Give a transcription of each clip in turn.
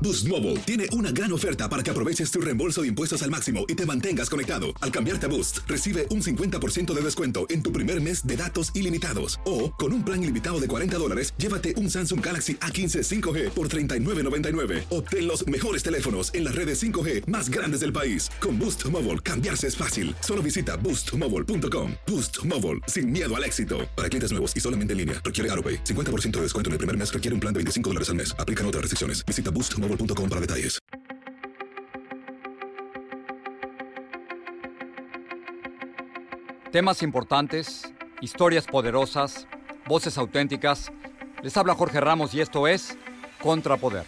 Boost Mobile tiene una gran oferta para que aproveches tu reembolso de impuestos al máximo y te mantengas conectado. Al cambiarte a Boost, recibe un 50% de descuento en tu primer mes de datos ilimitados. O, con un plan ilimitado de $40, llévate un Samsung Galaxy A15 5G por $39.99. Obtén los mejores teléfonos en las redes 5G más grandes del país. Con Boost Mobile, cambiarse es fácil. Solo visita boostmobile.com. Boost Mobile, sin miedo al éxito. Para clientes nuevos y solamente en línea, requiere AroPay. 50% de descuento en el primer mes requiere un plan de $25 al mes. Aplican otras restricciones. Visita boostmobile.com para detalles. Temas importantes, historias poderosas, voces auténticas. Les habla Jorge Ramos y esto es Contrapoder.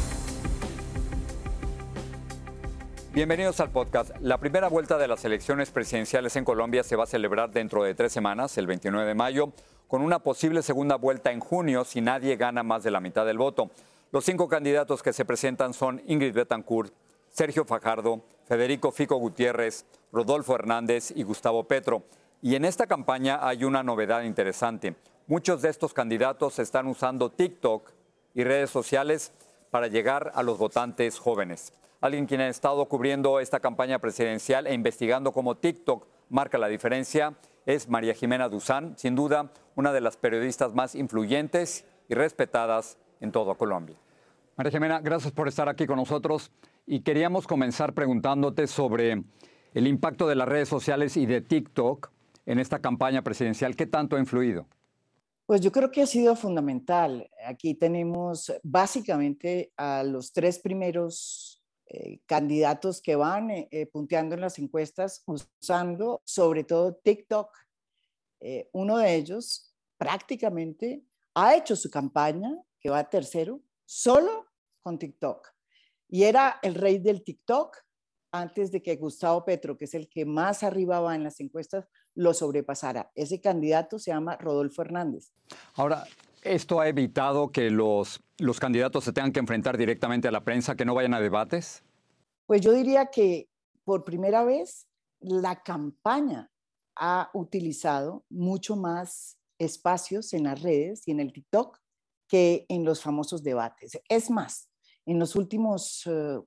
Bienvenidos al podcast. La primera vuelta de las elecciones presidenciales en Colombia se va a celebrar dentro de 3 semanas, el 29 de mayo, con una posible segunda vuelta en junio si nadie gana más de la mitad del voto. Los 5 candidatos que se presentan son Ingrid Betancourt, Sergio Fajardo, Federico Fico Gutiérrez, Rodolfo Hernández y Gustavo Petro. Y en esta campaña hay una novedad interesante. Muchos de estos candidatos están usando TikTok y redes sociales para llegar a los votantes jóvenes. Alguien quien ha estado cubriendo esta campaña presidencial e investigando cómo TikTok marca la diferencia es María Jimena Duzán, sin duda una de las periodistas más influyentes y respetadas en toda Colombia. María Jimena, gracias por estar aquí con nosotros y queríamos comenzar preguntándote sobre el impacto de las redes sociales y de TikTok en esta campaña presidencial. ¿Qué tanto ha influido? Pues yo creo que ha sido fundamental. Aquí tenemos básicamente a los 3 primeros candidatos que van punteando en las encuestas usando sobre todo TikTok. Uno de ellos prácticamente ha hecho su campaña, que va tercero, solo con TikTok. Y era el rey del TikTok antes de que Gustavo Petro, que es el que más arriba va en las encuestas, lo sobrepasara. Ese candidato se llama Rodolfo Hernández. Ahora, ¿esto ha evitado que los candidatos se tengan que enfrentar directamente a la prensa, que no vayan a debates? Pues yo diría que por primera vez la campaña ha utilizado mucho más espacios en las redes y en el TikTok que en los famosos debates. Es más, en los últimos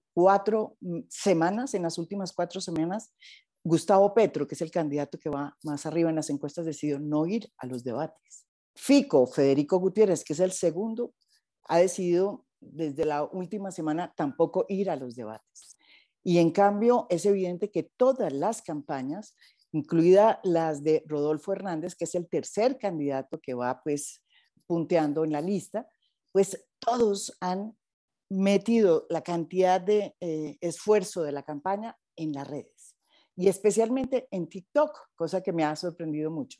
4 semanas, en las últimas 4 semanas, Gustavo Petro, que es el candidato que va más arriba en las encuestas, decidió no ir a los debates. Federico Gutiérrez, que es el segundo, ha decidido desde la última semana tampoco ir a los debates. Y en cambio es evidente que todas las campañas, incluidas las de Rodolfo Hernández, que es el tercer candidato que va pues punteando en la lista, pues todos han metido la cantidad de esfuerzo de la campaña en las redes y especialmente en TikTok, cosa que me ha sorprendido mucho.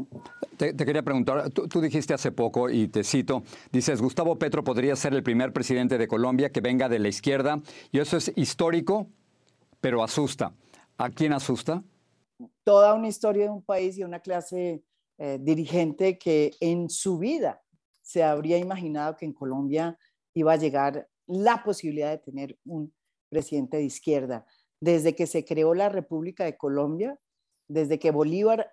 Te quería preguntar, tú dijiste hace poco, y te cito, dices, Gustavo Petro podría ser el primer presidente de Colombia que venga de la izquierda, y eso es histórico, pero asusta. ¿A quién asusta? Toda una historia de un país y una clase dirigente que en su vida se habría imaginado que en Colombia iba a llegar la posibilidad de tener un presidente de izquierda. Desde que se creó la República de Colombia, desde que Bolívar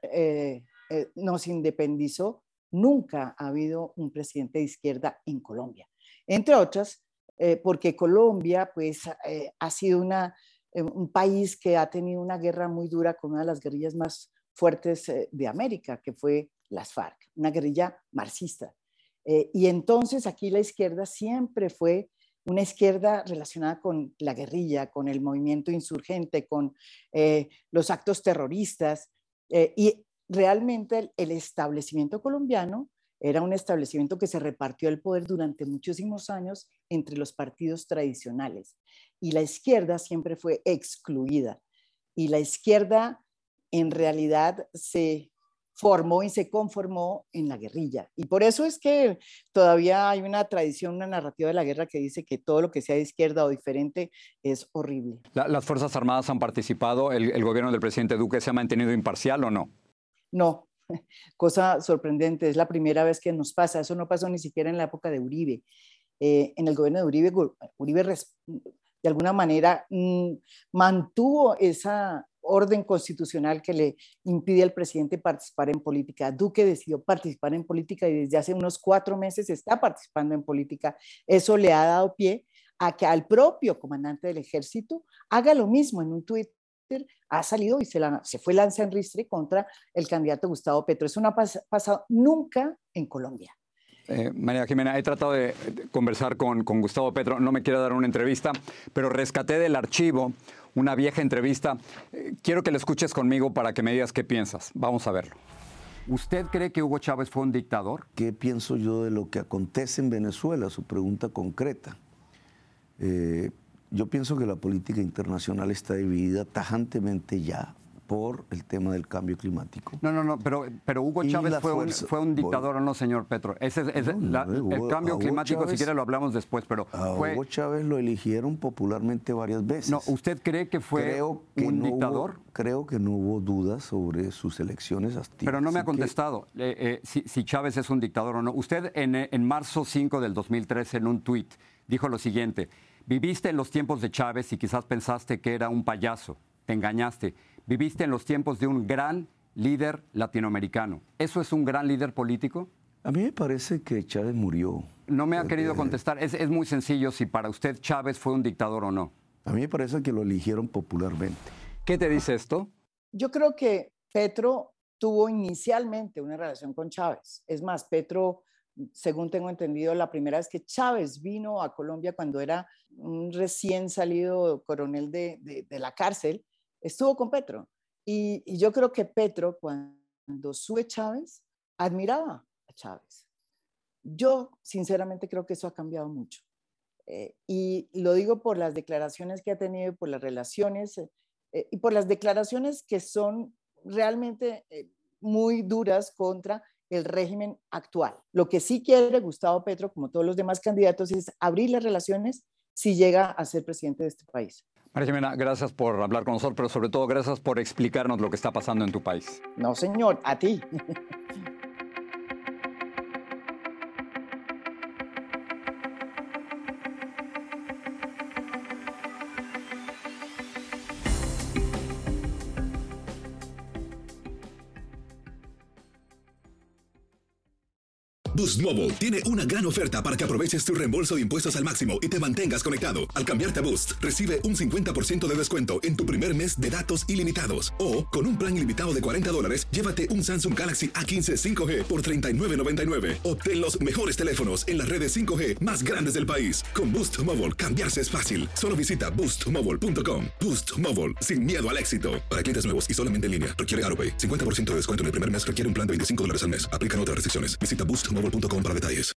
nos independizó, nunca ha habido un presidente de izquierda en Colombia. Entre otras, porque Colombia pues, ha sido un país que ha tenido una guerra muy dura con una de las guerrillas más fuertes de América, que fue las FARC, una guerrilla marxista. Y entonces aquí la izquierda siempre fue una izquierda relacionada con la guerrilla, con el movimiento insurgente, con los actos terroristas. Y realmente el establecimiento colombiano era un establecimiento que se repartió el poder durante muchísimos años entre los partidos tradicionales. Y la izquierda siempre fue excluida. Y la izquierda en realidad se formó y se conformó en la guerrilla. Y por eso es que todavía hay una tradición, una narrativa de la guerra que dice que todo lo que sea de izquierda o diferente es horrible. ¿Las Fuerzas Armadas han participado? ¿El gobierno del presidente Duque se ha mantenido imparcial o no? No, cosa sorprendente, es la primera vez que nos pasa. Eso no pasó ni siquiera en la época de Uribe. En el gobierno de Uribe de alguna manera mantuvo esa orden constitucional que le impide al presidente participar en política. Duque decidió participar en política y desde hace unos 4 meses está participando en política. Eso le ha dado pie a que al propio comandante del ejército haga lo mismo en un Twitter. Ha salido y se fue lanza en ristre contra el candidato Gustavo Petro. Eso no ha pasado nunca en Colombia. María Jimena, he tratado de conversar con Gustavo Petro, no me quiere dar una entrevista, pero rescaté del archivo una vieja entrevista. Quiero que la escuches conmigo para que me digas qué piensas. Vamos a verlo. ¿Usted cree que Hugo Chávez fue un dictador? ¿Qué pienso yo de lo que acontece en Venezuela? Su pregunta concreta. Yo pienso que la política internacional está dividida tajantemente ya por el tema del cambio climático. No, pero Hugo Chávez fue un dictador o no, señor Petro. El cambio climático, Chávez, si quiere lo hablamos después, pero Hugo Chávez lo eligieron popularmente varias veces. No, ¿usted cree que fue un dictador? Creo que no hubo dudas sobre sus elecciones. Pero no me ha contestado si Chávez es un dictador o no. Usted en marzo 5 del 2013 en un tuit dijo lo siguiente: viviste en los tiempos de Chávez y quizás pensaste que era un payaso, te engañaste. Viviste en los tiempos de un gran líder latinoamericano. ¿Eso es un gran líder político? A mí me parece que Chávez murió. No me ha querido contestar. Es muy sencillo si para usted Chávez fue un dictador o no. A mí me parece que lo eligieron popularmente. ¿Qué te dice esto? Yo creo que Petro tuvo inicialmente una relación con Chávez. Es más, Petro, según tengo entendido, la primera vez que Chávez vino a Colombia cuando era un recién salido coronel de la cárcel, estuvo con Petro. Y yo creo que Petro, cuando sube Chávez, admiraba a Chávez. Yo, sinceramente, creo que eso ha cambiado mucho. Y lo digo por las declaraciones que ha tenido, por las relaciones y por las declaraciones que son realmente muy duras contra el régimen actual. Lo que sí quiere Gustavo Petro, como todos los demás candidatos, es abrir las relaciones si llega a ser presidente de este país. María Jimena, gracias por hablar con nosotros, pero sobre todo gracias por explicarnos lo que está pasando en tu país. No, señor, a ti. Boost Mobile tiene una gran oferta para que aproveches tu reembolso de impuestos al máximo y te mantengas conectado. Al cambiarte a Boost, recibe un 50% de descuento en tu primer mes de datos ilimitados. O, con un plan ilimitado de $40, llévate un Samsung Galaxy A15 5G por $39.99. Obtén los mejores teléfonos en las redes 5G más grandes del país. Con Boost Mobile, cambiarse es fácil. Solo visita boostmobile.com. Boost Mobile, sin miedo al éxito. Para clientes nuevos y solamente en línea, requiere AutoPay. 50% de descuento en el primer mes requiere un plan de $25 al mes. Aplican otras restricciones. Visita boostmobile.com para detalles.